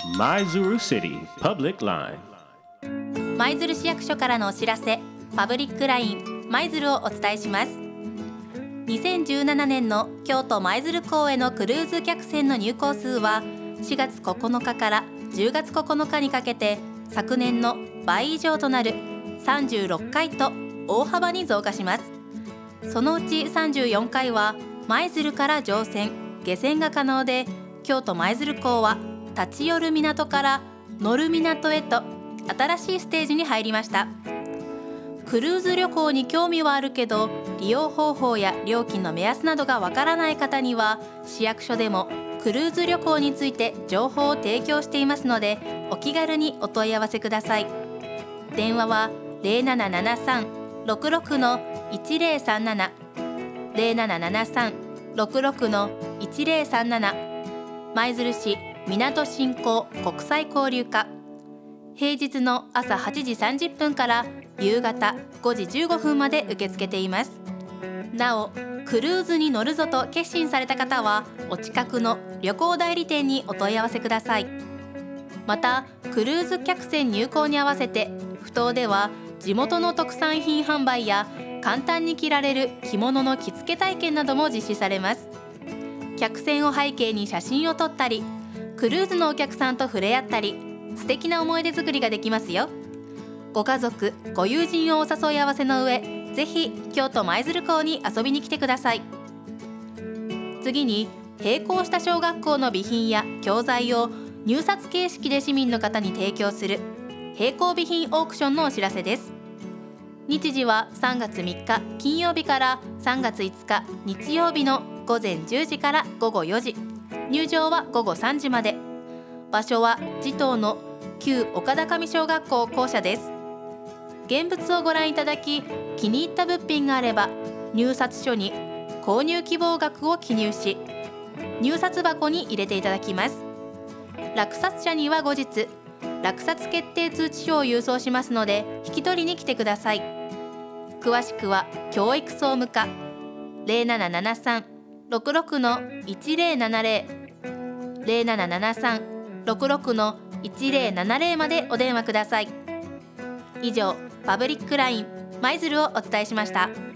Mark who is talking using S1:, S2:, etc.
S1: 舞鶴 City Public Line。
S2: 舞鶴市役所からのお知らせ、パブリックライン舞鶴をお伝えします。2017年の京都舞鶴港へのクルーズ客船の入港数は4月9日から10月9日にかけて昨年の倍以上となる36回と大幅に増加します。そのうち34回は舞鶴から乗船・下船が可能で、京都舞鶴港は立ち寄る港から乗る港へと新しいステージに入りました。クルーズ旅行に興味はあるけど利用方法や料金の目安などがわからない方には、市役所でもクルーズ旅行について情報を提供していますので、お気軽にお問い合わせください。電話は 0773-66-1037 0773-66-1037 舞鶴市港振興国際交流課、平日の朝8時30分から夕方5時15分まで受け付けています。なお、クルーズに乗るぞと決心された方はお近くの旅行代理店にお問い合わせください。また、クルーズ客船入港に合わせて埠頭では地元の特産品販売や簡単に着られる着物の着付け体験なども実施されます。客船を背景に写真を撮ったり、クルーズのお客さんと触れ合ったり、素敵な思い出作りができますよ。ご家族・ご友人をお誘い合わせの上、ぜひ京都舞鶴港に遊びに来てください。次に、閉校した小学校の備品や教材を入札形式で市民の方に提供する閉校備品オークションのお知らせです。日時は3月3日金曜日から3月5日日曜日の午前10時から午後4時、入場は午後3時まで。場所は慈東の旧岡田上小学校校舎です。現物をご覧いただき、気に入った物品があれば入札書に購入希望額を記入し、入札箱に入れていただきます。落札者には後日落札決定通知書を郵送しますので、引き取りに来てください。詳しくは教育総務課 0773-66-1070 0773-66-1070 までお電話ください。以上、パブリックライン舞鶴をお伝えしました。